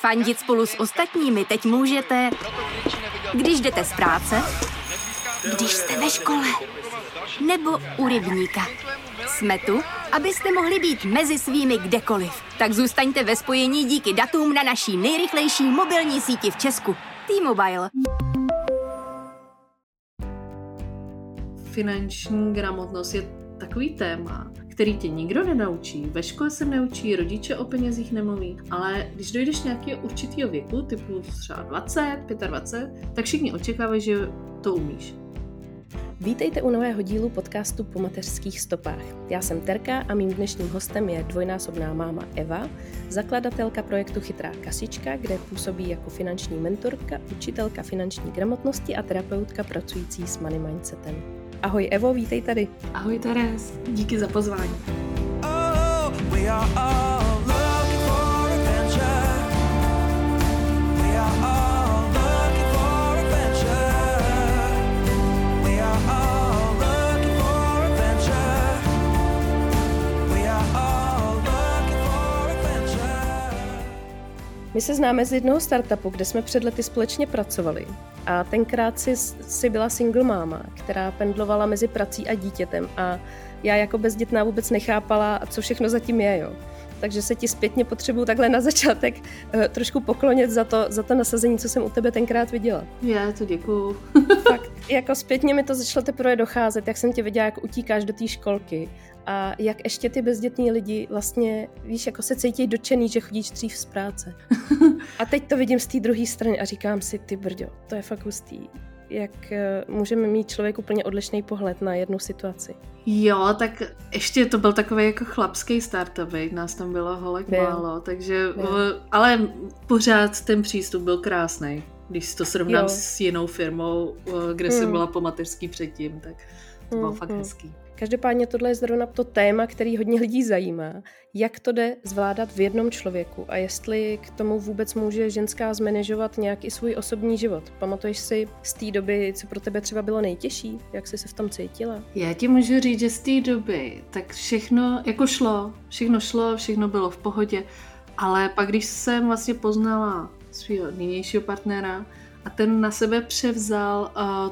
Fandit spolu s ostatními teď můžete, když jdete z práce, když jste ve škole, nebo u rybníka. Jsme tu, abyste mohli být mezi svými kdekoliv. Tak zůstaňte ve spojení díky datům na naší nejrychlejší mobilní síti v Česku. T-Mobile. Finanční gramotnost je takový téma, který tě nikdo nenaučí. Ve škole se neučí, rodiče o penězích nemluví, ale když dojdeš nějakého určitého věku, typu třeba 20, 25, tak všichni očekávají, že to umíš. Vítejte u nového dílu podcastu Po mateřských stopách. Já jsem Terka a mým dnešním hostem je dvojnásobná máma Eva, zakladatelka projektu Chytrá kasička, kde působí jako finanční mentorka, učitelka finanční gramotnosti a terapeutka pracující s money mindsetem. Ahoj Evo, vítej tady. Ahoj Teres, díky za pozvání. My se známe z jednoho startupu, kde jsme před lety společně pracovali. A tenkrát si byla single máma, která pendlovala mezi prací a dítětem. A já jako bezdětná vůbec nechápala, co všechno zatím je, jo. Takže se ti zpětně potřebuju takhle na začátek trošku poklonit za to nasazení, co jsem u tebe tenkrát viděla. Já to děkuju. Fakt, jako zpětně mi to začalo teprve docházet, jak jsem tě viděla, jak utíkáš do té školky a jak ještě ty bezdětní lidi vlastně, víš, jako se cítí dotčený, že chodíš dřív z práce. A teď to vidím z té druhé strany a říkám si, ty brďo, to je fakt hustý. Jak můžeme mít člověk úplně odlišný pohled na jednu situaci. Jo, tak ještě to byl takový jako chlapský startup, nás tam bylo holek málo, takže, ale pořád ten přístup byl krásný. Když si to srovnám s jinou firmou, kde jsem byla po mateřský předtím, tak to bylo fakt hezký. Každopádně tohle je zrovna to téma, který hodně lidí zajímá. Jak to jde zvládat v jednom člověku a jestli k tomu vůbec může ženská zmanéžovat nějak i svůj osobní život. Pamatuješ si z té doby, co pro tebe třeba bylo nejtěžší? Jak jsi se v tom cítila? Já ti můžu říct, že z té doby tak všechno jako šlo, všechno bylo v pohodě, ale pak když jsem vlastně poznala svého nynějšího partnera, a ten na sebe převzal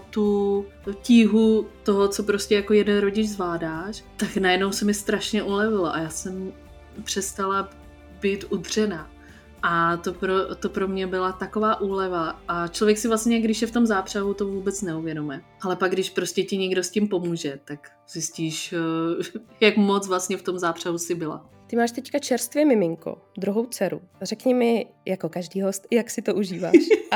tu tíhu toho, co prostě jako jeden rodič zvládáš, tak najednou se mi strašně ulevilo a já jsem přestala být udřena. A to pro mě byla taková úleva a člověk si vlastně, když je v tom zápřahu, to vůbec neuvědomuje. Ale pak, když prostě ti někdo s tím pomůže, tak zjistíš, jak moc vlastně v tom zápřahu si byla. Ty máš teďka čerstvě miminko, druhou dceru. Řekni mi, jako každý host, jak si to užíváš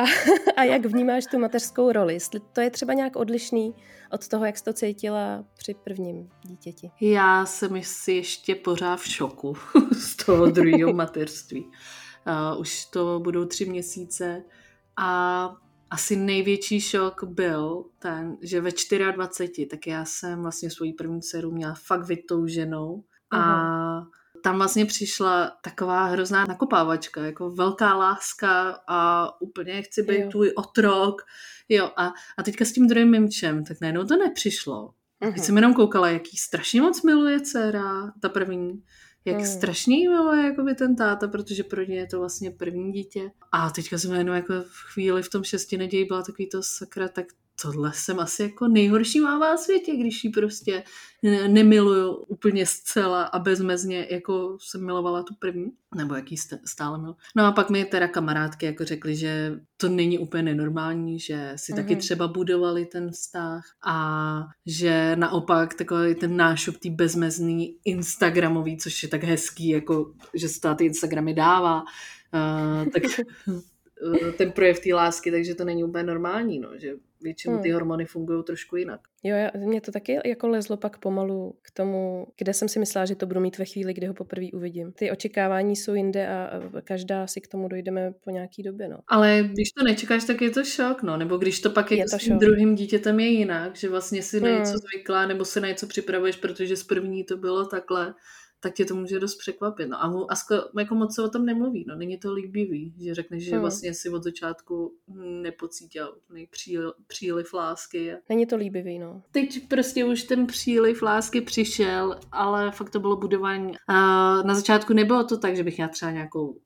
a jak vnímáš tu mateřskou roli. Jestli to je třeba nějak odlišný od toho, jak jsi to cítila při prvním dítěti. Já jsem si ještě pořád v šoku z toho druhého mateřství. Už to budou 3 měsíce a asi největší šok byl ten, že ve 24, tak já jsem vlastně svoji první dceru měla fakt vytouženou a tam vlastně přišla taková hrozná nakopávačka, jako velká láska a úplně chci být tvůj otrok. Jo, a teďka s tím druhým mimčem, tak najednou to nepřišlo. Teď jsem jenom koukala, jaký strašně moc miluje dcera, ta první. Jak strašně jí miluje jakoby ten táta, protože pro ně je to vlastně první dítě. A teďka jsem jenom jako v chvíli v tom 6 neději byla takový to sakra, tak tohle jsem asi jako nejhorší máma na světě, když ji prostě nemiluju úplně zcela a bezmezně, jako jsem milovala tu první, nebo jaký stále miluji. No a pak mi teda kamarádky jako řekly, že to není úplně nenormální, že si taky třeba budovali ten vztah a že naopak takový ten nášup tý bezmezný instagramový, což je tak hezký, jako že se ty Instagramy dává, tak ten projev té lásky, takže to není úplně normální, no, že většinou ty hormony fungují trošku jinak. Jo, mě to taky jako lezlo pak pomalu k tomu, kde jsem si myslela, že to budu mít ve chvíli, kdy ho poprvé uvidím. Ty očekávání jsou jinde a každá si k tomu dojdeme po nějaký době, no. Ale když to nečekáš, tak je to šok, no, nebo když to pak je s tím druhým dítětem je jinak, že vlastně si na něco zvykla, nebo se na něco připravuješ, protože z první to bylo takhle, tak tě to může dost překvapit. No. A jako moc se o tom nemluví. No. Není to líbivý, že řekneš, že vlastně si od začátku nepocítil příliv lásky. Není to líbivý, no. Teď prostě už ten příliv lásky přišel, ale fakt to bylo budování. Na začátku nebylo to tak, že bych měla třeba nějakou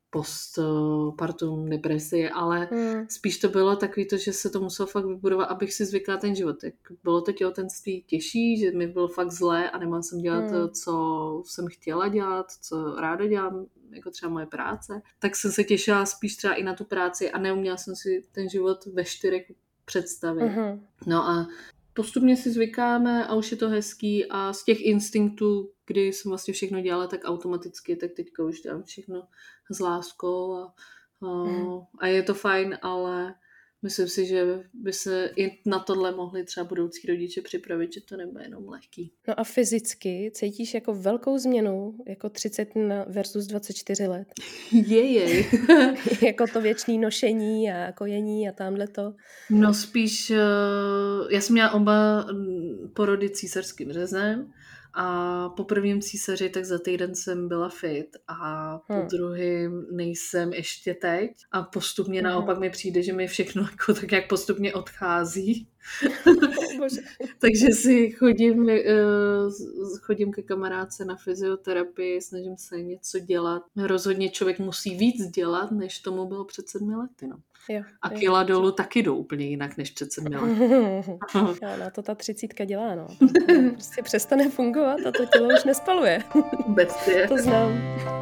postpartum depresi, ale spíš to bylo takový to, že se to muselo fakt vybudovat, abych si zvykla ten život. Bylo to těhotenství těžší, že mi bylo fakt zlé a nemohla jsem dělat to, co jsem chtěla dělat, co ráda dělám, jako třeba moje práce. Tak jsem se těšila spíš třeba i na tu práci a neuměla jsem si ten život ve 4 představit. No a postupně si zvykáme a už je to hezký a z těch instinktů, kdy jsem vlastně všechno dělala tak automaticky, tak teďka už dělám všechno s láskou a je to fajn, ale myslím si, že by se i na tohle mohli třeba budoucí rodiče připravit, že to nebude jenom lehký. No a fyzicky cítíš jako velkou změnu, jako 30 versus 24 let? Jej. Jako to věčný nošení a kojení a tamhleto. No spíš, já jsem měla oba porody císařským řezem a po prvním císaři tak za týden jsem byla fit a po druhým nejsem ještě teď a postupně naopak mi přijde, že mi všechno jako tak jak postupně odchází. Takže si chodím ke kamarádce na fyzioterapii, snažím se něco dělat. Rozhodně člověk musí víc dělat, než tomu bylo před 7 lety. No. A kila dolů taky jdou úplně jinak, než před 7 lety. Na to ta 30 dělá, no. Prostě přestane fungovat a to tělo už nespaluje. To znám.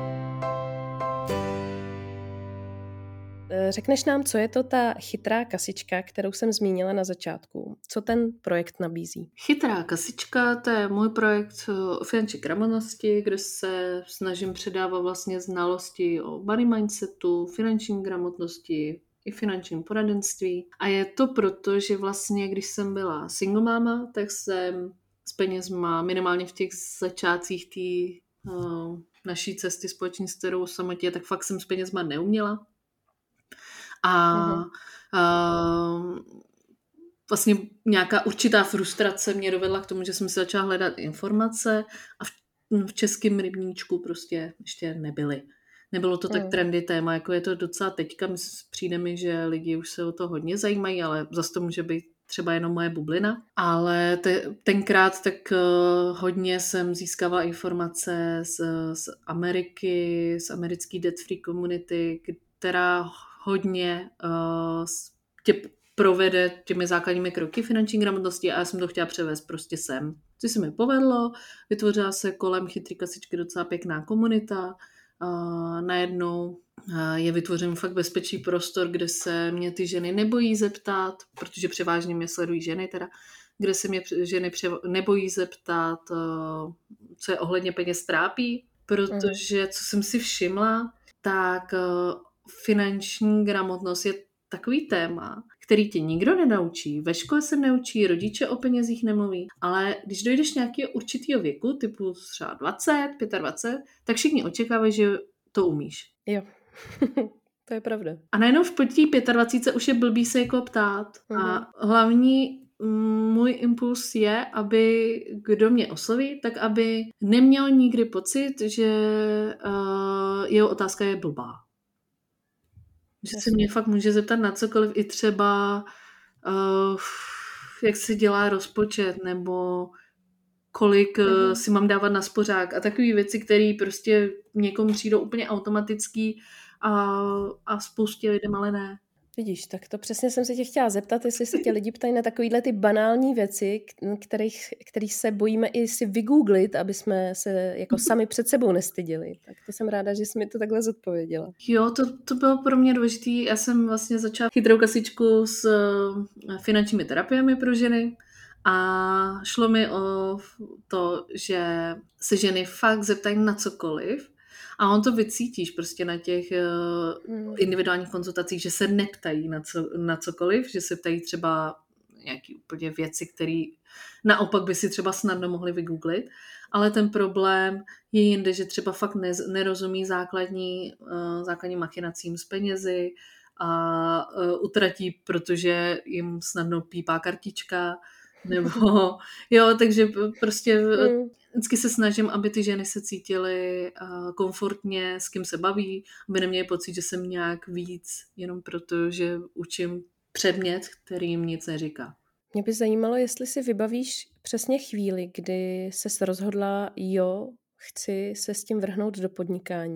Řekneš nám, co je to ta chytrá kasička, kterou jsem zmínila na začátku? Co ten projekt nabízí? Chytrá kasička, to je můj projekt o finanční gramotnosti, kde se snažím předávat vlastně znalosti o money mindsetu, finanční gramotnosti i finančním poradenství. A je to proto, že vlastně, když jsem byla single máma, tak jsem s penězma minimálně v těch začátcích té naší cesty spoječní s kterou samotě, tak fakt jsem s penězma neuměla. A vlastně nějaká určitá frustrace mě dovedla k tomu, že jsem si začala hledat informace a v českém rybníčku prostě ještě nebyly. Nebylo to tak trendy téma, jako je to docela teďka. Přijde mi, že lidi už se o to hodně zajímají, ale zase to může být třeba jenom moje bublina. Ale tenkrát tak hodně jsem získávala informace z Ameriky, z americké debt free community, která hodně tě provede těmi základními kroky finanční gramotnosti a já jsem to chtěla převést prostě sem. Což se mi povedlo, vytvořila se kolem chytrý kasičky docela pěkná komunita, najednou je vytvořen fakt bezpečný prostor, kde se mě ty ženy nebojí zeptat, protože převážně mě sledují ženy teda, kde se mě ženy nebojí zeptat, co je ohledně peněz trápí, protože co jsem si všimla, tak finanční gramotnost je takový téma, který tě nikdo nenaučí, ve škole se neučí, rodiče o penězích nemluví, ale když dojdeš nějakého určitého věku, typu třeba 20, 25, tak všichni očekávají, že to umíš. Jo, to je pravda. A najednou v té 25 už je blbý se jako ptát. A hlavní můj impuls je, aby kdo mě osloví, tak aby neměl nikdy pocit, že jeho otázka je blbá. Že se mě fakt může zeptat na cokoliv, i třeba jak se dělá rozpočet, nebo kolik si mám dávat na spořák a takové věci, které prostě někomu přijdou úplně automatický a spoustě lidem ale ne. Vidíš, tak to přesně jsem se tě chtěla zeptat, jestli se tě lidi ptají na takovýhle ty banální věci, kterých se bojíme i si vygooglit, aby jsme se jako sami před sebou nestyděli. Tak to jsem ráda, že jsi mi to takhle zodpověděla. Jo, to bylo pro mě důležitý. Já jsem vlastně začala chytrou kasičku s finančními terapiemi pro ženy a šlo mi o to, že se ženy fakt zeptají na cokoliv, a on to vycítíš prostě na těch individuálních konzultacích, že se neptají na cokoliv, že se ptají třeba nějaké úplně věci, které naopak by si třeba snadno mohli vygooglit, ale ten problém je jinde, že třeba fakt nerozumí základním machinacím s penězi a utratí, protože jim snadno pípá kartička, nebo jo, takže prostě vždycky se snažím, aby ty ženy se cítily komfortně, s kým se baví, aby neměly pocit, že jsem nějak víc, jenom proto, že učím předmět, který jim nic neříká. Mě by zajímalo, jestli si vybavíš přesně chvíli, kdy ses rozhodla, jo, chci se s tím vrhnout do podnikání.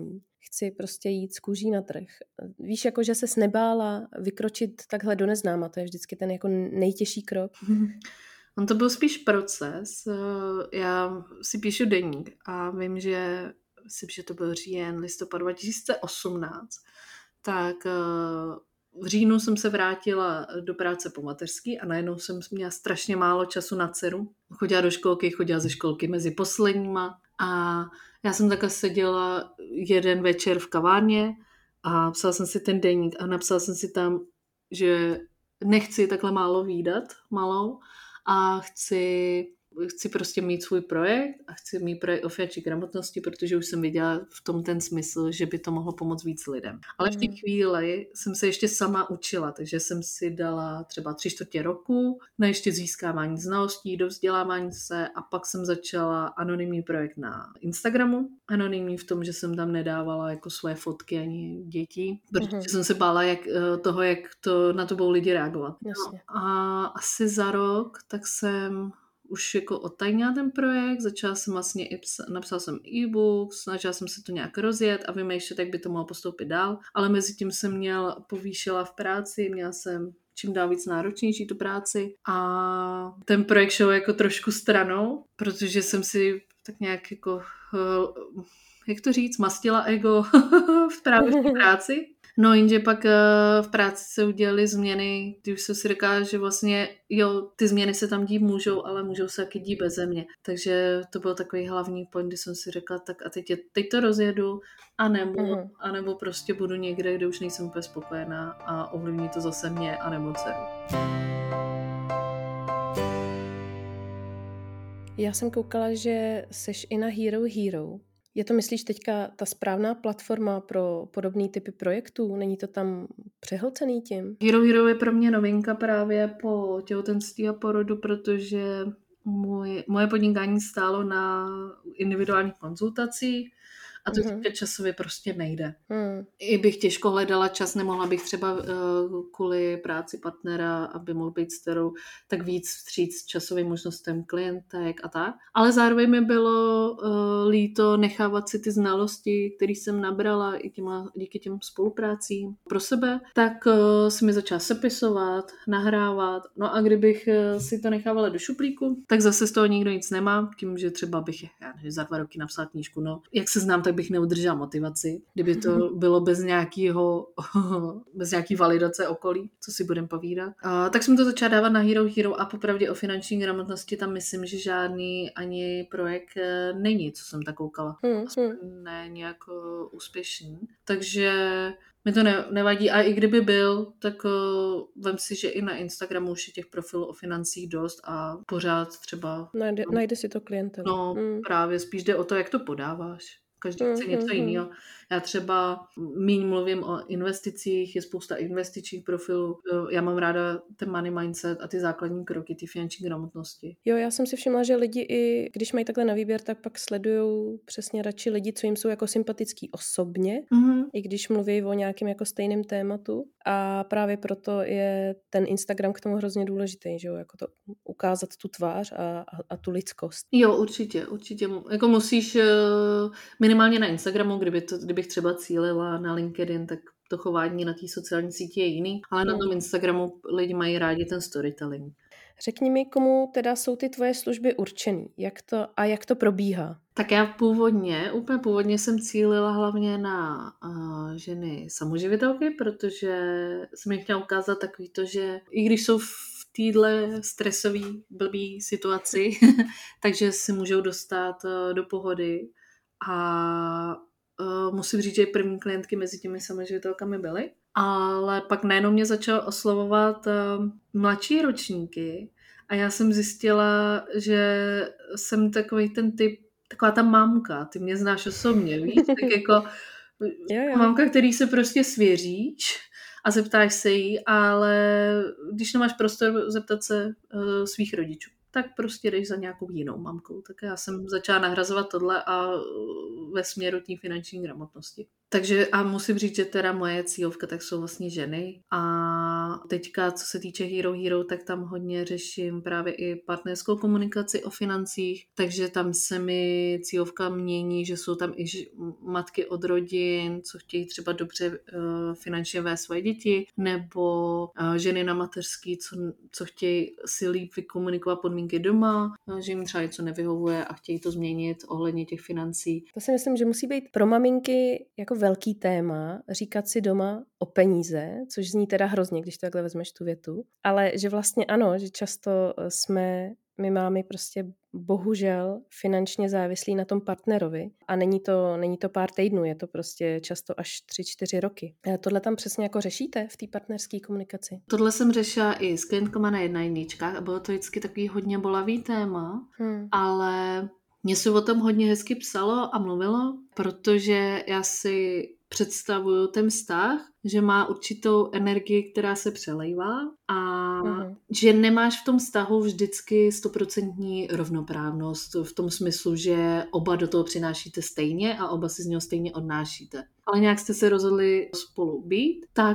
chci prostě jít z kůží na trh. Víš, jako že ses nebála vykročit takhle do neznáma, to je vždycky ten jako nejtěžší krok. On to byl spíš proces. Já si píšu deník a vím, že to byl říjen, listopad 2018, tak v říjnu jsem se vrátila do práce po mateřský a najednou jsem měla strašně málo času na dceru. Chodila do školky, chodila ze školky mezi posledníma a já jsem takhle seděla jeden večer v kavárně a psala jsem si ten deník a napsala jsem si tam, že nechci takhle málo vídat malou a chci prostě mít svůj projekt a chci mít projekt o finanční gramotnosti, protože už jsem viděla v tom ten smysl, že by to mohlo pomoct víc lidem. Ale v té chvíli jsem se ještě sama učila, takže jsem si dala třeba 3/4 roku na ještě získávání znalostí, do vzdělávání se a pak jsem začala anonymní projekt na Instagramu. Anonymní v tom, že jsem tam nedávala jako svoje fotky ani dětí, protože jsem se bála jak to na to budou lidi reagovat. No, a asi za rok tak jsem už jako odtajnila ten projekt, napsala jsem e-book, snažila jsem se to nějak rozjet a vymýšlet, jak by to mohlo postoupit dál, ale mezi tím jsem povýšila v práci, měla jsem čím dál víc náročnější tu práci a ten projekt šel jako trošku stranou, protože jsem si tak nějak jako, jak to říct, mastila ego v práci. No jenže pak v práci se udělaly změny, když jsem si říkala, že vlastně ty změny se tam dít můžou, ale můžou se taky dít beze mě. Takže to byl takový hlavní point, kdy jsem si řekla, tak a teď to rozjedu, anebo prostě budu někde, kde už nejsem úplně spokojená a ovlivní to zase mě, anebo dceru. Já jsem koukala, že seš i na Hero. Je to, myslíš, teďka ta správná platforma pro podobný typy projektů? Není to tam přehlcený tím? Hero je pro mě novinka právě po těhotenství a porodu, protože moje podnikání stálo na individuálních konzultacích a to časově prostě nejde. I bych těžko hledala čas, nemohla bych třeba kvůli práci partnera, aby mohl být s dcerou, tak víc vstříc časovým možnostem klientek a tak. Ale zároveň mi bylo líto nechávat si ty znalosti, které jsem nabrala i díky těm spoluprácím pro sebe, tak si mi začala sepisovat, nahrávat. No a kdybych si to nechávala do šuplíku, tak zase z toho nikdo nic nemá, tím, že třeba bych za 2 roky napsala knížku. No, jak se znám, tak bych neudržela motivaci, kdyby to bylo bez nějaký validace okolí, co si budem povídat. Tak jsem to začala dávat na Hero a popravdě o finanční gramotnosti tam myslím, že žádný ani projekt není, co jsem tak koukala. Aspoň ne nějak úspěšný. Takže mi to nevadí a i kdyby byl, tak vem si, že i na Instagramu už je těch profilů o financích dost a pořád třeba... Najde si to klientem. No, právě spíš jde o to, jak to podáváš. Každý chce něco jiného. Já třeba míň mluvím o investicích, je spousta investičních profilů. Já mám ráda ten money mindset a ty základní kroky, ty finanční gramotnosti. Jo, já jsem si všimla, že lidi i když mají takhle na výběr, tak pak sledují přesně radši lidi, co jim jsou jako sympatický osobně, i když mluví o nějakém jako stejném tématu. A právě proto je ten Instagram k tomu hrozně důležitý, že jo, jako to ukázat tu tvář a tu lidskost. Jo, určitě. Jako musíš minimálně na Instagramu, kdybych třeba cílila na LinkedIn, tak to chování na té sociální síti je jiný, ale na tom Instagramu lidi mají rádi ten storytelling. Řekni mi, komu teda jsou ty tvoje služby určený? Jak to probíhá? Tak já úplně původně jsem cílila hlavně na ženy samoživitelky, protože jsem jim chtěla ukázat takový to, že i když jsou v téhle stresový, blbý situaci, takže si můžou dostat do pohody a musím říct, že první klientky mezi těmi samoživitelkami byly. Ale pak najednou mě začalo oslovovat mladší ročníky a já jsem zjistila, že jsem takový ten typ, taková ta mámka, ty mě znáš osobně, víš? Tak jako mámka, který se prostě svěříš a zeptáš se jí, ale když nemáš prostor zeptat se svých rodičů, tak prostě jdeš za nějakou jinou mamkou. Tak já jsem začala nahrazovat tohle a ve směru té finanční gramotnosti. Takže a musím říct, že teda moje cílovka tak jsou vlastně ženy a teďka, co se týče Hero, tak tam hodně řeším právě i partnerskou komunikaci o financích, takže tam se mi cílovka mění, že jsou tam i matky od rodin, co chtějí třeba dobře finančně vést svoje děti, nebo ženy na mateřský, co chtějí si líp vykomunikovat podmínky doma, že jim třeba něco nevyhovuje a chtějí to změnit ohledně těch financí. To si myslím, že musí být pro maminky jako velký téma říkat si doma o peníze, což zní teda hrozně, když to takhle vezmeš tu větu, ale že vlastně ano, že často jsme my mámy prostě bohužel finančně závislí na tom partnerovi a není to pár týdnů, je to prostě často až 3-4 roky. Tohle tam přesně jako řešíte v té partnerské komunikaci? Tohle jsem řešila i s klientkama na 1:1 a bylo to vždycky takový hodně bolavý téma, ale mně se o tom hodně hezky psalo a mluvilo, protože já si představuju ten vztah, že má určitou energii, která se přelejvá a že nemáš v tom vztahu vždycky 100% rovnoprávnost v tom smyslu, že oba do toho přinášíte stejně a oba si z něho stejně odnášíte. Ale nějak jste se rozhodli spolu být, tak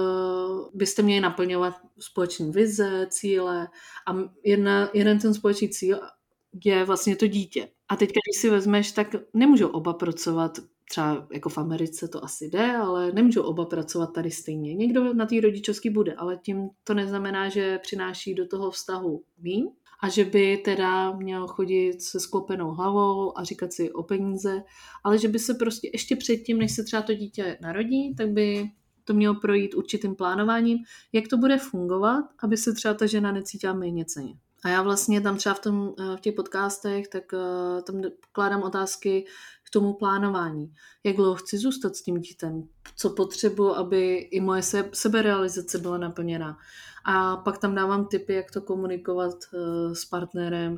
byste měli naplňovat společné vize, cíle a jeden ten společný cíl je vlastně to dítě. A teď, když si vezmeš, tak nemůžou oba pracovat, třeba jako v Americe to asi jde, ale nemůžou oba pracovat tady stejně. Někdo na té rodičovský bude, ale tím to neznamená, že přináší do toho vztahu míň a že by teda měl chodit se sklopenou hlavou a říkat si o peníze, ale že by se prostě ještě předtím, než se třeba to dítě narodí, tak by to mělo projít určitým plánováním, jak to bude fungovat, aby se třeba ta žena necítila méněcenně. A já vlastně tam třeba v těch podcastech, tak tam pokládám otázky k tomu plánování. Jak dlouho chci zůstat s tím dítem? Co potřebuji, aby i moje seberealizace byla naplněna? A pak tam dávám tipy, jak to komunikovat s partnerem,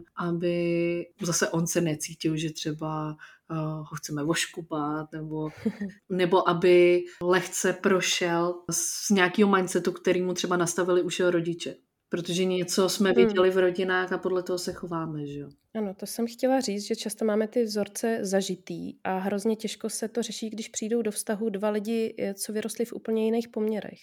aby zase on se necítil, že třeba ho chceme oškupat, nebo aby lehce prošel z nějakého mindsetu, který mu třeba nastavili už jeho rodiče. Protože něco jsme viděli v rodinách a podle toho se chováme, že jo? Ano, to jsem chtěla říct, že často máme ty vzorce zažitý a hrozně těžko se to řeší, když přijdou do vztahu dva lidi, co vyrostli v úplně jiných poměrech.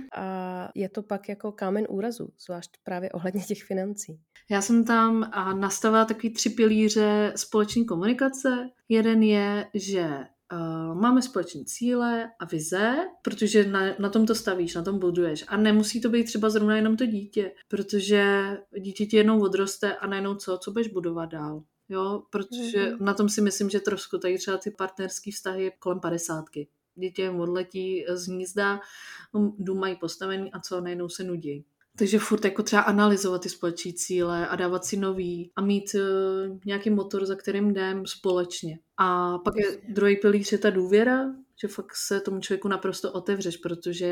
A je to pak jako kámen úrazu, zvlášť právě ohledně těch financí. Já jsem tam nastavila takový 3 pilíře společné komunikace. Jeden je, že máme společné cíle a vize, protože na tom to stavíš, na tom buduješ. A nemusí to být třeba zrovna jenom to dítě, protože dítě ti jednou odroste a najednou co budeš budovat dál. Jo, protože na tom si myslím, že troskutají třeba ty partnerský vztahy kolem 50. Dítě odletí z hnízda, dům mají postavený a co, najednou se nudí. Takže furt jako třeba analyzovat ty společné cíle a dávat si nový a mít nějaký motor, za kterým jdem společně. A pak je druhý pilíř je ta důvěra, že fakt se tomu člověku naprosto otevřeš, protože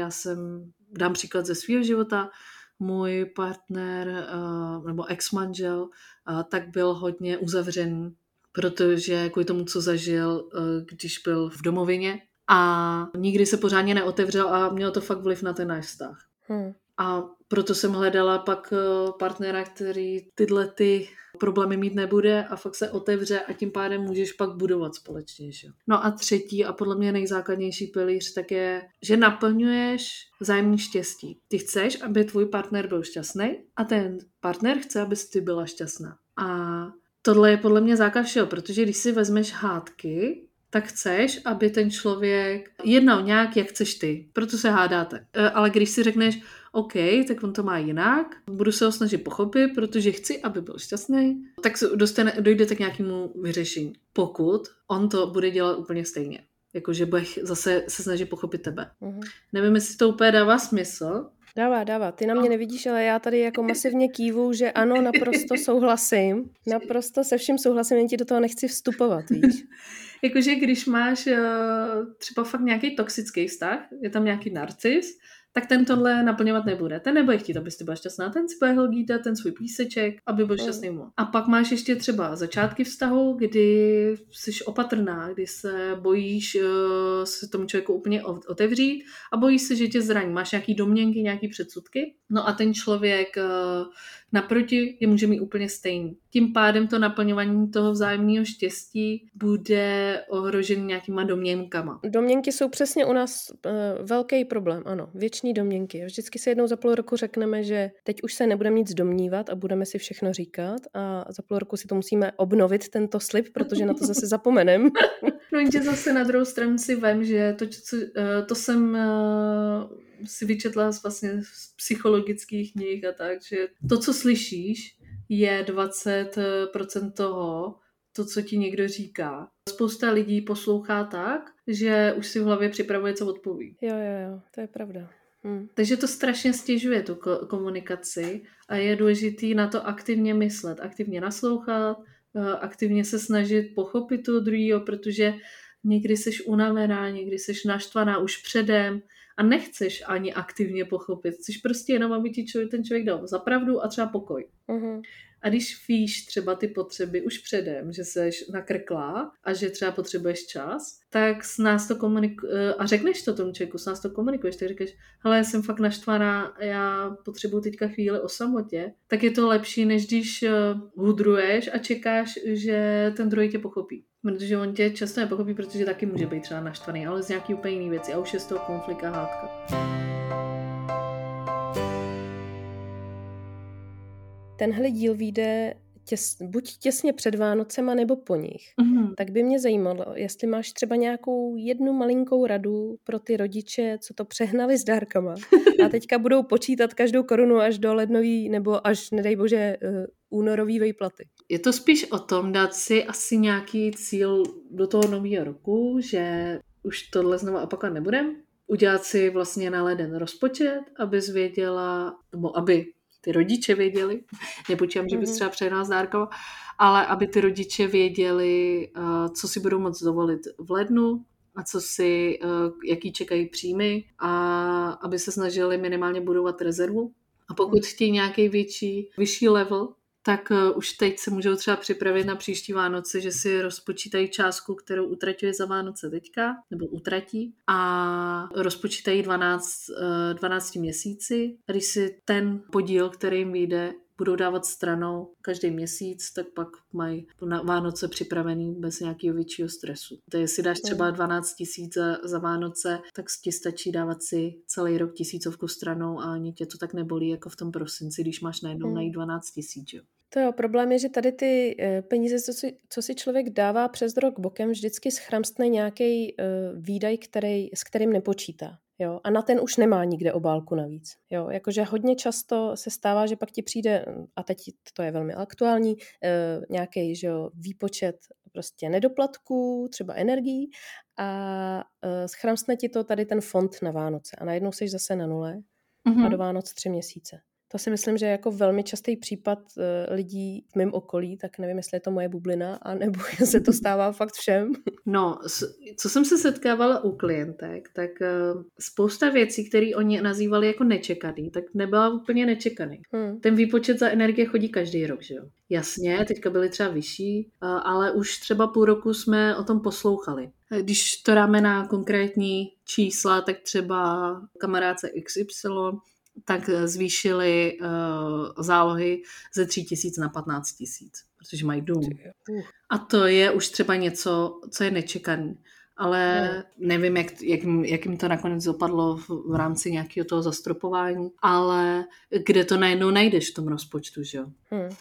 dám příklad ze svého života, můj partner nebo ex-manžel tak byl hodně uzavřený, protože kvůli tomu, co zažil, když byl v domovině a nikdy se pořádně neotevřel a mělo to fakt vliv na ten náš vztah. A proto jsem hledala pak partnera, který tyhle ty problémy mít nebude a fakt se otevře a tím pádem můžeš pak budovat společně. Že? No a třetí a podle mě nejzákladnější pilíř tak je, že naplňuješ vzájemné štěstí. Ty chceš, aby tvůj partner byl šťastný a ten partner chce, abys ty byla šťastná. A tohle je podle mě základ všeho, protože když si vezmeš hádky, tak chceš, aby ten člověk jednal nějak, jak chceš ty. Proto se hádáte. Ale když si řekneš, OK, tak on to má jinak, budu se ho snažit pochopit, protože chci, aby byl šťastný, tak dojdete k nějakému vyřešení. Pokud on to bude dělat úplně stejně. Jakože bude zase se snažit pochopit tebe. Nevím, jestli to úplně dává smysl. Dává. Ty na mě nevidíš, ale já tady jako masivně kývu, že ano, naprosto souhlasím. Naprosto se vším souhlasím, jen ti do toho nechci vstupovat, víš. Jakože když máš třeba fakt nějaký toxický vztah, je tam nějaký narcis, tak ten tohle naplňovat nebude. Ten nebude chtít, abys ty byla šťastná. Ten si bude hlídat ten svůj píseček, aby byl šťastný. A pak máš ještě třeba začátky vztahu, kdy jsi opatrná, kdy se bojíš se tomu člověku úplně otevřít a bojíš se, že tě zraní. Máš nějaký domněnky, nějaký předsudky. No a ten člověk naproti je může mít úplně stejný. Tím pádem to naplňování toho vzájemného štěstí bude ohrožen nějakýma domněnkama. Domněnky jsou přesně u nás velký problém, ano. Věční domněnky. Vždycky si jednou za půl roku řekneme, že teď už se nebudeme nic domnívat a budeme si všechno říkat a za půl roku si to musíme obnovit, tento slib, protože na to zase zapomenem. No jenže zase na druhou stranu si vem, že to jsem si vyčetla vlastně z psychologických knih a tak, že to, co slyšíš, je 20% toho, to, co ti někdo říká. Spousta lidí poslouchá tak, že už si v hlavě připravuje, co odpoví. Jo, to je pravda. Takže to strašně stěžuje tu komunikaci a je důležitý na to aktivně myslet, aktivně naslouchat, aktivně se snažit pochopit toho druhého, protože někdy seš unavená, někdy seš naštvaná už předem a nechceš ani aktivně pochopit. Chceš prostě jenom, aby ti ten člověk dal za pravdu a třeba pokoj. Uh-huh. A když víš třeba ty potřeby už předem, že seš nakrklá a že třeba potřebuješ čas, tak s nás to a řekneš to tomu člověku, s nás to komunikuješ, tak říkáš, hele, já jsem fakt naštvaná, já potřebuji teďka chvíli o samotě, tak je to lepší, než když hudruješ a čekáš, že ten druhý tě pochopí. Protože on tě často nepochopí, protože taky může být třeba naštvaný, ale z nějaký úplně jiný věci a už je z toho konflikt a hádka. Tenhle díl vyjde buď těsně před Vánocema nebo po nich. Mm-hmm. Tak by mě zajímalo, jestli máš třeba nějakou jednu malinkou radu pro ty rodiče, co to přehnali s dárkama a teďka budou počítat každou korunu až do lednový nebo až, nedej bože, únorový vejplaty. Je to spíš o tom dát si asi nějaký cíl do toho nového roku, že už tohle znovu opakovat nebudem. Udělat si vlastně na leden rozpočet, abys věděla, nebo aby ty rodiče věděli, nepočítám, že bys třeba přehnala s dárkama, ale aby ty rodiče věděli, co si budou moct dovolit v lednu a jaký čekají příjmy a aby se snažili minimálně budovat rezervu. A pokud chtějí nějaký vyšší level, tak už teď se můžou třeba připravit na příští Vánoce, že si rozpočítají částku, kterou utratili za Vánoce teďka, nebo utratí, a rozpočítají 12 měsíci. A když si ten podíl, který jim vyjde, budou dávat stranou každý měsíc, tak pak mají na Vánoce připravený bez nějakého většího stresu. Takže jestli dáš třeba 12 000 za Vánoce, tak ti stačí dávat si celý rok 1000 stranou a ani tě to tak nebolí jako v tom prosinci, když máš najednou najít 12 000. Jo. To jo, problém je, že tady ty peníze, co si člověk dává přes rok bokem, vždycky schramstne nějaký výdaj, s kterým nepočítá. Jo? A na ten už nemá nikde obálku navíc. Jo? Jakože hodně často se stává, že pak ti přijde, a teď to je velmi aktuální, nějaký výpočet prostě nedoplatků, třeba energií a schramstne ti to tady ten fond na Vánoce a najednou seš zase na nule a do Vánoc 3 měsíce. To si myslím, že je jako velmi častý případ lidí v mém okolí, tak nevím, jestli je to moje bublina, anebo se to stává fakt všem. No, co jsem se setkávala u klientek, tak spousta věcí, které oni nazývali jako nečekaný, tak nebyla úplně nečekaný. Ten výpočet za energie chodí každý rok, že jo? Jasně, teďka byly třeba vyšší, ale už třeba půl roku jsme o tom poslouchali. Když to dáme na konkrétní čísla, tak třeba kamarádce XY tak zvýšili zálohy ze 3 000 na 15 000, protože mají dům. A to je už třeba něco, co je nečekaný. Ale nevím, jak jim to nakonec dopadlo v rámci nějakého toho zastropování, ale kde to najednou najdeš v tom rozpočtu, že jo?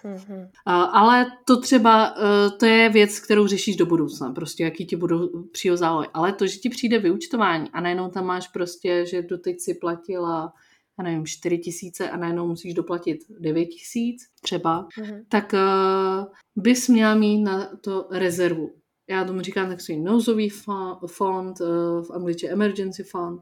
Ale to třeba, to je věc, kterou řešíš do budoucna, prostě jaký ti budou přijít zálohy. Ale to, že ti přijde vyúčtování a najednou tam máš prostě, že doteď si platila 4 000 a najednou musíš doplatit 9 000 třeba, tak bys měla mít na to rezervu. Já tomu říkám takový nouzový fond, v angličtině emergency fund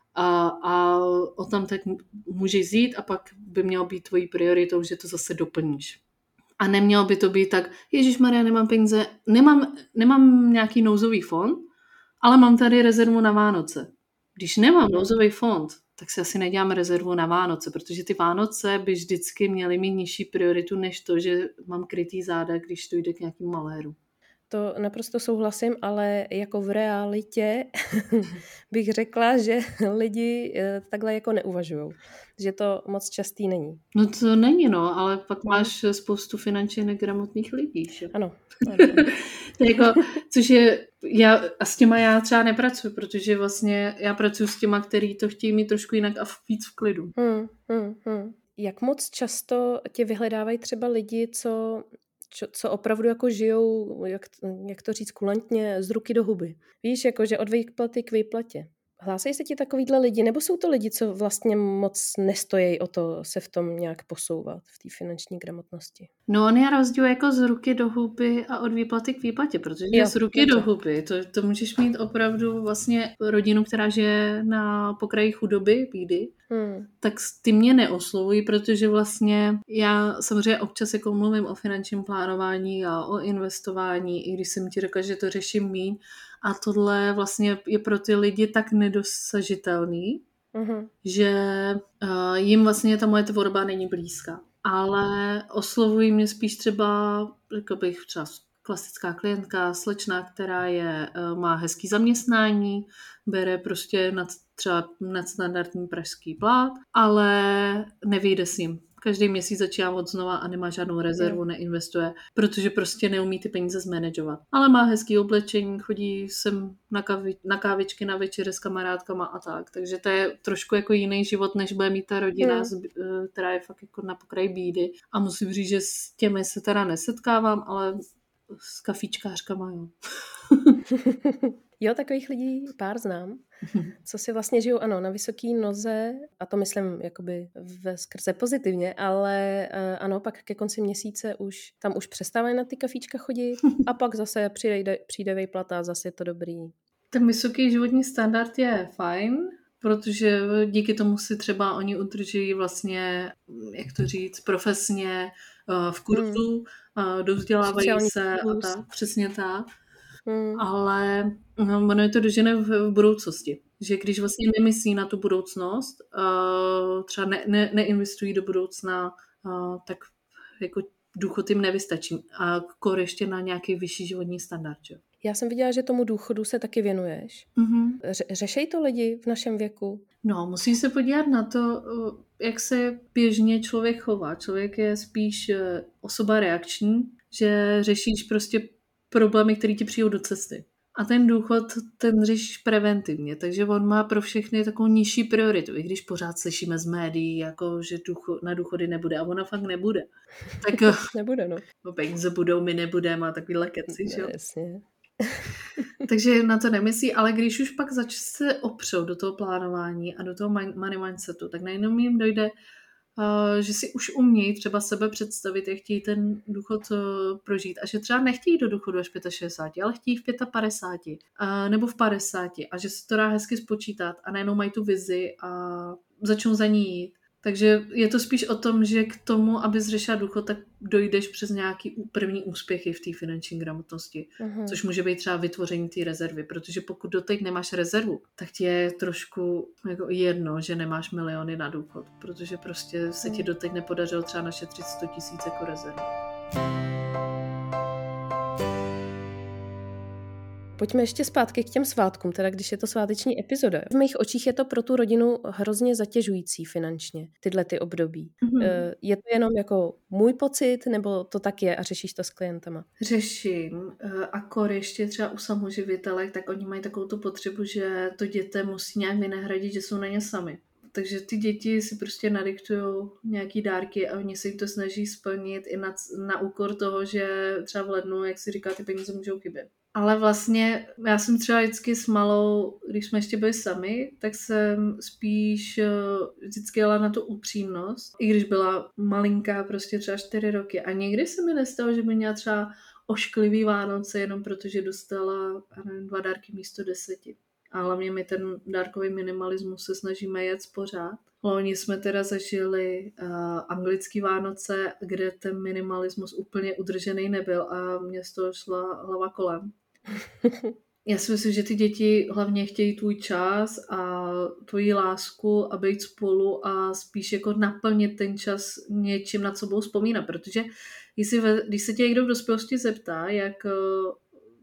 a o tam tak můžeš jít a pak by mělo být tvojí prioritou, že to zase doplníš. A nemělo by to být tak, ježišmarja, nemám peníze, nemám nějaký nouzový fond, ale mám tady rezervu na Vánoce. Když nemám nouzový fond, tak si asi nedělám rezervu na Vánoce, protože ty Vánoce by vždycky měly mít nižší prioritu, než to, že mám krytý záda, když to jde k nějakým maléru. To naprosto souhlasím, ale jako v realitě bych řekla, že lidi takhle jako neuvažujou. Že to moc častý není. No to není, no, ale pak máš spoustu finančně negramotných lidí, že? Ano. To je jako, což je, a s těma já třeba nepracuji, protože vlastně já pracuji s těma, který to chtějí mít trošku jinak a víc v klidu. Jak moc často tě vyhledávají třeba lidi, co opravdu jako žijou, jak to říct kulantně, z ruky do huby? Víš, jako že od výplaty k výplatě. Hlásají se ti takovýhle lidi, nebo jsou to lidi, co vlastně moc nestojí o to se v tom nějak posouvat, v té finanční gramotnosti? No on je rozdíl jako z ruky do huby a od výplaty k výplatě, protože z ruky do huby, to můžeš mít opravdu vlastně rodinu, která žije na pokraji chudoby, bídy, tak ty mě neoslovují, protože vlastně já samozřejmě občas jako mluvím o finančním plánování a o investování, i když jsem ti řekla, že to řeším míň, a tohle vlastně je pro ty lidi tak nedosažitelný, že jim vlastně ta moje tvorba není blízká. Ale oslovují mě spíš třeba, řekl bych, třeba klasická klientka, slečna, která má hezký zaměstnání, bere prostě třeba nadstandardní pražský plat, ale nevyjde s ním. Každý měsíc začíná od znova a nemá žádnou rezervu, neinvestuje, protože prostě neumí ty peníze zmanagovat. Ale má hezký oblečení, chodí sem na kávičky, na večeře s kamarádkama a tak. Takže to je trošku jako jiný život, než bude mít ta rodina, která je fakt jako na pokraji bídy. A musím říct, že s těmi se teda nesetkávám, ale s kafíčkářkama, jo. Jo, takových lidí pár znám, co si vlastně žijou, ano, na vysoký noze, a to myslím jakoby ve skrze pozitivně, ale ano, pak ke konci měsíce tam už přestávají na ty kafíčka chodit a pak zase přijde výplata a zase je to dobrý. Ten vysoký životní standard je fajn, protože díky tomu si třeba oni udrží vlastně, jak to říct, profesně v kurzu, dovzdělávají se a tak, přesně tak. Ale ono je to dožené v budoucnosti. Že když vlastně nemyslí na tu budoucnost, třeba neinvestují do budoucna, tak jako důchod jim nevystačí. A kor ještě na nějaký vyšší životní standard. Že? Já jsem viděla, že tomu důchodu se taky věnuješ. Řešej to lidi v našem věku? No, musí se podívat na to, jak se běžně člověk chová. Člověk je spíš osoba reakční, že řešíš prostě problémy, které ti přijdou do cesty. A ten důchod, ten řešíš preventivně, takže on má pro všechny takovou nižší prioritu, i když pořád slyšíme z médií, jako, že na důchody nebude, a ona fakt nebude. Tak nebude, no. Peníze budou, my nebudeme, a takovýhle keci, že jo? Jasně. Takže na to nemyslí, ale když už pak se opřou do toho plánování a do toho money mindsetu, tak najednou jim dojde, že si už umějí třeba sebe představit, jak chtějí ten důchod prožít a že třeba nechtějí do důchodu až 65, ale chtějí v 55 nebo v 50 a že se to dá hezky spočítat a najednou mají tu vizi a začnou za ní jít. Takže je to spíš o tom, že k tomu, abys řešila důchod, tak dojdeš přes nějaký první úspěchy v té finanční gramotnosti, což může být třeba vytvoření té rezervy, protože pokud doteď nemáš rezervu, tak ti je trošku jako jedno, že nemáš miliony na důchod, protože prostě se ti doteď nepodařilo třeba našetřit 100 000 jako rezervu. Pojďme ještě zpátky k těm svátkům, teda když je to sváteční epizoda. V mých očích je to pro tu rodinu hrozně zatěžující finančně, tyhle ty období. Je to jenom jako můj pocit, nebo to tak je a řešíš to s klientama? Řeším. Akor ještě třeba u samoživitelek, tak oni mají takovou tu potřebu, že to dětem musí nějak vynahradit, že jsou na ně sami. Takže ty děti si prostě nadiktují nějaký dárky a oni se jim to snaží splnit i na úkor toho, že třeba v lednu, jak si říká, ty peníze můžou chybět. Ale vlastně já jsem třeba vždycky s malou, když jsme ještě byli sami, tak jsem spíš vždycky jela na tu upřímnost, i když byla malinká, prostě třeba 4 roky. A někdy se mi nestalo, že by měla třeba ošklivý Vánoce, jenom protože dostala 2 dárky místo 10. A hlavně my ten dárkový minimalismus se snažíme jet pořád. Loni jsme teda zažili anglický Vánoce, kde ten minimalismus úplně udržený nebyl a mě z toho šla hlava kolem. Já si myslím, že ty děti hlavně chtějí tvůj čas a tvoji lásku a být spolu a spíš jako naplnit ten čas něčím, na co budou vzpomínat, protože když se tě někdo v dospělosti zeptá, jak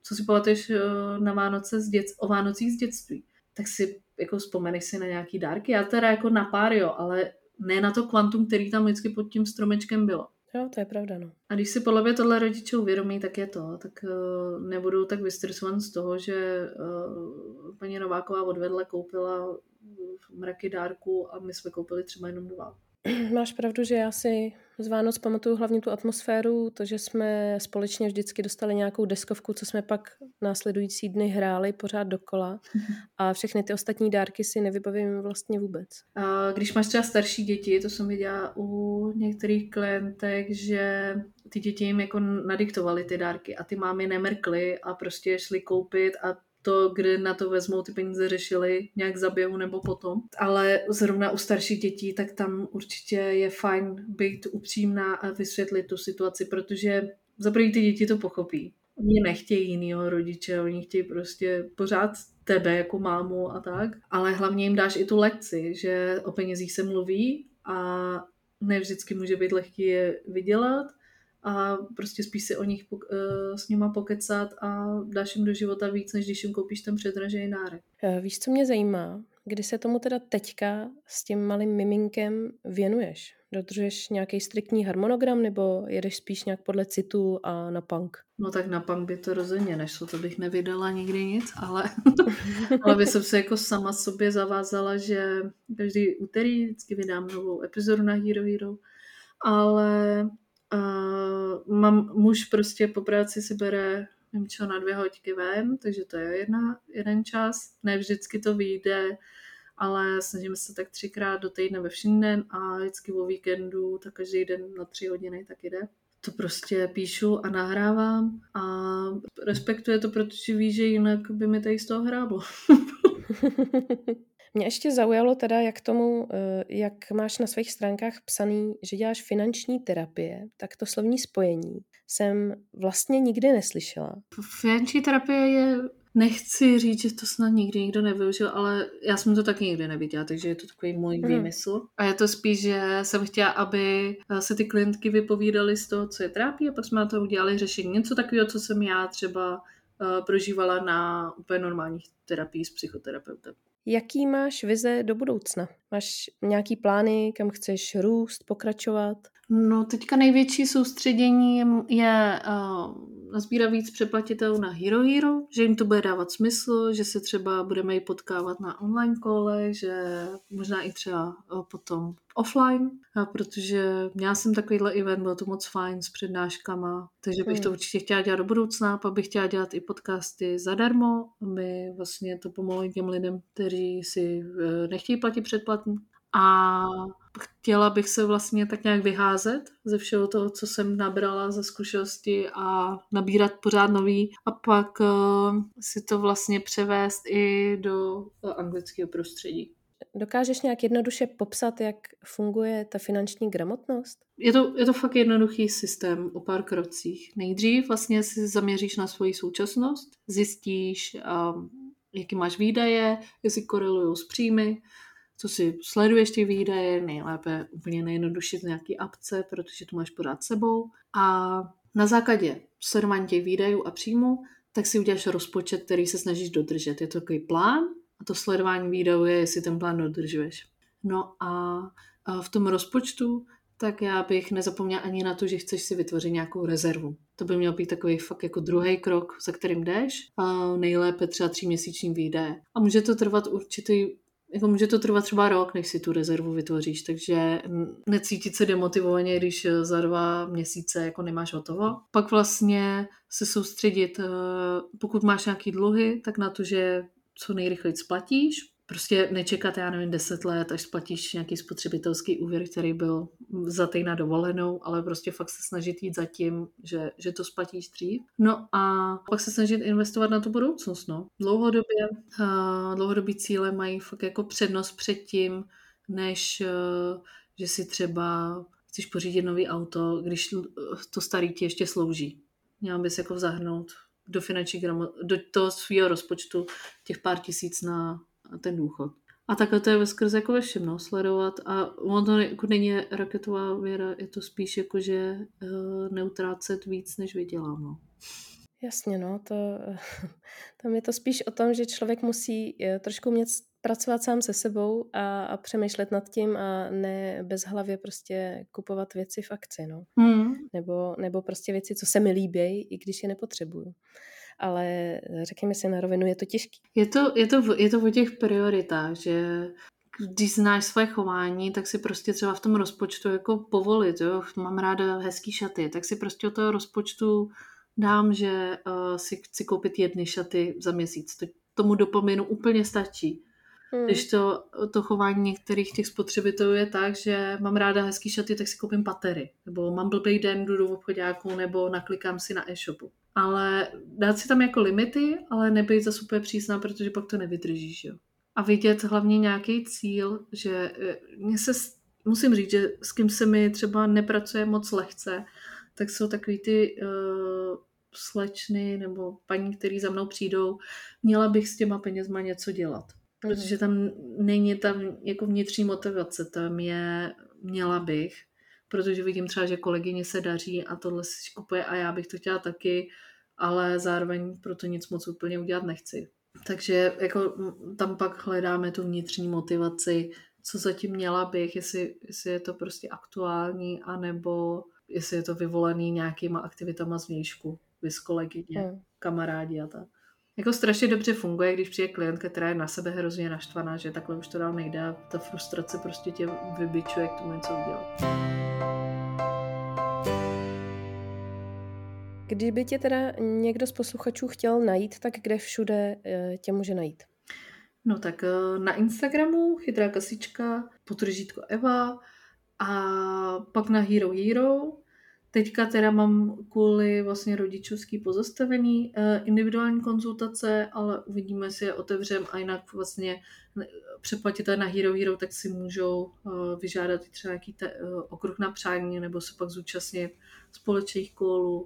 co si pamatuješ na Vánoce o Vánocích z dětství, tak si jako vzpomeneš si na nějaký dárky. Já teda jako na pár, jo, ale ne na to kvantum, který tam vždycky pod tím stromečkem bylo. Jo, to je pravda, no. A když si podle mě tohle rodiče uvědomí, tak je to. Tak nebudou tak vystresovaní z toho, že paní Nováková odvedle koupila mraky dárků a my jsme koupili třeba jenom 2. Máš pravdu, že já si z Vánoc pamatuju hlavně tu atmosféru, to, že jsme společně vždycky dostali nějakou deskovku, co jsme pak následující dny hráli pořád dokola a všechny ty ostatní dárky si nevybavím vlastně vůbec. A když máš třeba starší děti, to jsem viděla u některých klientek, že ty děti jim jako nadiktovaly ty dárky a ty mámy nemrkly a prostě šly koupit a to, kde na to vezmou ty peníze, řešili nějak za běhu nebo potom. Ale zrovna u starších dětí, tak tam určitě je fajn být upřímná a vysvětlit tu situaci, protože za první ty děti to pochopí. Oni nechtějí jinýho rodiče, oni chtějí prostě pořád tebe jako mámu a tak, ale hlavně jim dáš i tu lekci, že o penězích se mluví a ne vždycky může být lehký je vydělat, a prostě spíš si o nich s nima pokecat a dáš jim do života víc, než když jim koupíš ten předražený dárek. Víš, co mě zajímá? Kdy se tomu teda teďka s tím malým miminkem věnuješ? Dodržuješ nějaký striktní harmonogram nebo jedeš spíš nějak podle citu a na punk? No tak na punk by to rozhodně nešlo, to bych nevydala nikdy nic, ale by jsem se jako sama sobě zavázala, že každý úterý vždycky vydám novou epizodu na Hero Hero, ale muž prostě po práci si bere na 2 hodiny ven, takže to je jeden čas. Ne vždycky to vyjde, ale snažíme se tak 3krát do týdne ve všední den a vždycky o víkendu, tak každý den na 3 hodiny tak jde. To prostě píšu a nahrávám a respektuje to, protože ví, že jinak by mi tady z toho hráblo. Mě ještě zaujalo teda, jak máš na svých stránkách psaný, že děláš finanční terapie, tak to slovní spojení jsem vlastně nikdy neslyšela. Finanční terapie je, nechci říct, že to snad nikdy nikdo nevyužil, ale já jsem to taky nikdy neviděla, takže je to takový můj výmysl. A je to spíš, že jsem chtěla, aby se ty klientky vypovídaly z toho, co je trápí, a pak jsme na to udělali řešení. Něco takového, co jsem já třeba prožívala na úplně normálních terapiích s psychoterapeutem. Jaký máš vize do budoucna? Máš nějaký plány, kam chceš růst, pokračovat? No teďka největší soustředění je nazbírat víc přeplatitelů na Hero Hero, že jim to bude dávat smysl, že se třeba budeme i potkávat na online kole, že možná i třeba potom offline, protože měla jsem takovýhle event, bylo to moc fajn s přednáškama, takže bych to určitě chtěla dělat do budoucna, pak bych chtěla dělat i podcasty zadarmo, aby vlastně to pomohlo těm lidem, kteří si nechtějí platit předplatný. A chtěla bych se vlastně tak nějak vyházet ze všeho toho, co jsem nabrala za zkušenosti a nabírat pořád nový a pak si to vlastně převést i do anglického prostředí. Dokážeš nějak jednoduše popsat, jak funguje ta finanční gramotnost? Je to fakt jednoduchý systém o pár krocích. Nejdřív vlastně si zaměříš na svoji současnost, zjistíš, jaký máš výdaje, jestli korelují s příjmy, co si sleduješ ty výdaje, nejlépe úplně nejjednodušit nějaký apce, protože to máš pořád sebou. A na základě sledování těch výdajů a příjmů, tak si uděláš rozpočet, který se snažíš dodržet. Je to takový plán a to sledování výdajů je, jestli ten plán dodržuješ. No a v tom rozpočtu tak já bych nezapomněla ani na to, že chceš si vytvořit nějakou rezervu. To by měl být takový fakt jako druhý krok, za kterým jdeš. A nejlépe třeba 3měsíční výdaje. A může to trvat může to trvat třeba rok, než si tu rezervu vytvoříš, takže necítit se demotivovaně, když za 2 měsíce jako nemáš hotovo. Pak vlastně se soustředit, pokud máš nějaký dluhy, tak na to, že co nejrychleji splatíš. Prostě nečekat, 10 let, až splatíš nějaký spotřebitelský úvěr, který byl vzatý na dovolenou, ale prostě fakt se snažit jít za tím, že to splatíš dřív. No a pak se snažit investovat na tu budoucnost. No. Dlouhodobý cíle mají fakt jako přednost před tím, než že si třeba chceš pořídit nový auto, když to starý ti ještě slouží. Měla bys jako zahrnout do toho svého rozpočtu těch pár tisíc na ten důchod. A takhle to je veskrze jako ve všem, no, sledovat. A ono to jako není raketová věra, je to spíš jako, že neutrácet víc, než vydělám, no. Jasně, no, tam je to spíš o tom, že člověk musí trošku umět pracovat sám se sebou a přemýšlet nad tím a ne bezhlavě prostě kupovat věci v akci, no. Nebo prostě věci, co se mi líbí, i když je nepotřebuju. Ale řekněme si na rovinu, je to těžký. Je to o těch prioritách, že když znáš své chování, tak si prostě třeba v tom rozpočtu jako povolit, jo? Mám ráda hezký šaty, tak si prostě od toho rozpočtu dám, že si chci koupit 1 šaty za měsíc. Tomu dopaminu úplně stačí. Když to chování některých těch spotřebitelů je tak, že mám ráda hezký šaty, tak si koupím patery. Nebo mám blbý den, jdu do obchoďáku, nebo naklikám si na e-shopu. Ale dát si tam jako limity, ale nebejt zase úplně přísná, protože pak to nevydržíš, jo. A vidět hlavně nějaký cíl, že musím říct, že s kým se mi třeba nepracuje moc lehce, tak jsou takový ty slečny nebo paní, který za mnou přijdou, měla bych s těma penězma něco dělat. Protože tam není jako vnitřní motivace, tam je měla bych, protože vidím třeba, že kolegyně se daří a tohle si kupuje a já bych to chtěla taky, ale zároveň proto nic moc úplně udělat nechci. Takže jako tam pak hledáme tu vnitřní motivaci, co zatím měla bych, jestli je to prostě aktuální, anebo jestli je to vyvolaný nějakýma aktivitama zvnějšku, vys kolegyně, kamarádi a tak. Jako strašně dobře funguje, když přijde klientka, která je na sebe hrozně naštvaná, že takhle už to dál nejde a ta frustrace prostě tě vybičuje k tomu něco udělat. Kdyby tě teda někdo z posluchačů chtěl najít, tak kde všude tě může najít? No tak na Instagramu Chytrá kasička, _ Eva a pak na Hero. Teďka teda mám kvůli vlastně rodičovský pozastavení individuální konzultace, ale uvidíme, jestli je otevřem a jinak vlastně přeplatit na Hero, tak si můžou vyžádat třeba nějaký okruh na přání nebo se pak zúčastnit společných kolů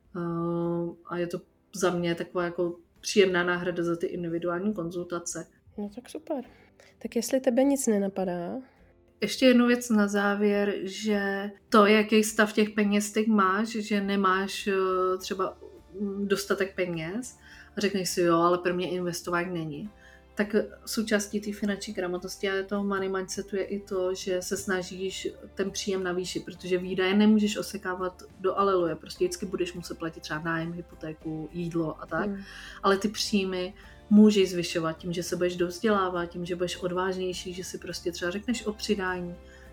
a je to za mě taková jako příjemná náhrada za ty individuální konzultace. No tak super. Tak jestli tebe nic nenapadá... Ještě jednu věc na závěr, že to, jaký stav těch peněz teď máš, že nemáš třeba dostatek peněz a řekneš si, jo, ale pro mě investování není, tak součástí té finanční gramotnosti a toho money mindsetu je i to, že se snažíš ten příjem navýšit, protože výdaje nemůžeš osekávat do aleluja, prostě vždycky budeš muset platit třeba nájem, hypotéku, jídlo a tak, ale ty příjmy můžeš zvyšovat tím, že se budeš dovzdělávat, tím, že budeš odvážnější, že si prostě třeba řekneš o přidání,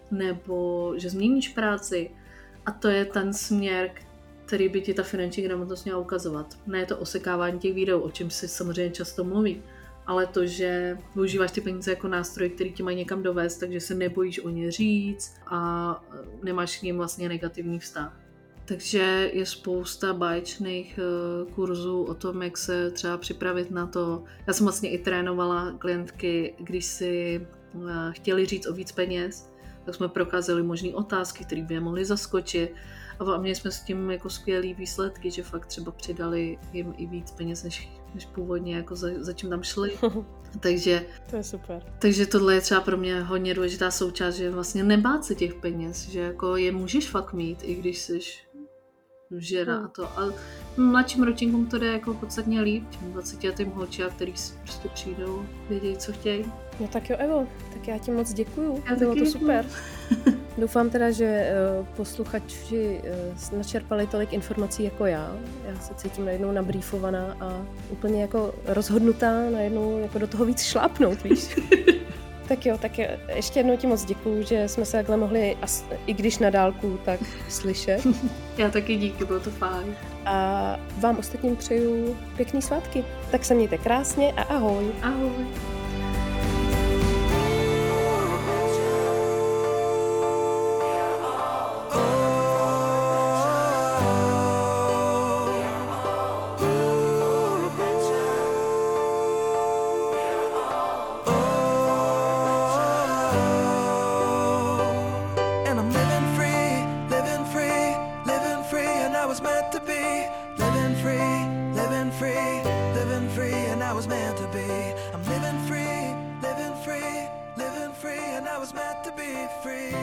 nebo že změníš práci. A to je ten směr, který by ti ta finanční gramotnost měla ukazovat. Ne to osekávání těch výdajů, o čem si samozřejmě často mluví, ale to, že využíváš ty peníze jako nástroj, který tě mají někam dovést, takže se nebojíš o ně říct a nemáš k ním vlastně negativní vztah. Takže je spousta báječných kurzů o tom, jak se třeba připravit na to. Já jsem vlastně i trénovala klientky, když si chtěli říct o víc peněz, tak jsme prokázali možné otázky, které by je mohly zaskočit. A měli jsme s tím jako skvělý výsledky, že fakt třeba přidali jim i víc peněz, než původně jako za čím tam šli. Takže, to je super. Takže tohle je třeba pro mě hodně důležitá součást, že vlastně nebát se těch peněz, že jako je můžeš fakt mít, i když jsi žena a to. A mladším ročníkům to jde jako podstatně líp, těm 20letým holčím, který prostě přijdou, vědějí, co chtějí. No tak jo, Evo, tak já ti moc děkuju. Bylo to super. Doufám teda, že posluchači načerpali tolik informací jako já. Já se cítím najednou nabrýfovaná a úplně jako rozhodnutá najednou jako do toho víc šlápnout, víš. Tak jo, tak ještě jednou ti moc děkuju, že jsme se takhle mohli, i když na dálku, tak slyšet. Já taky díky, bylo to fajn. A vám ostatním přeju pěkný svátky. Tak se mějte krásně a ahoj. Ahoj. Free.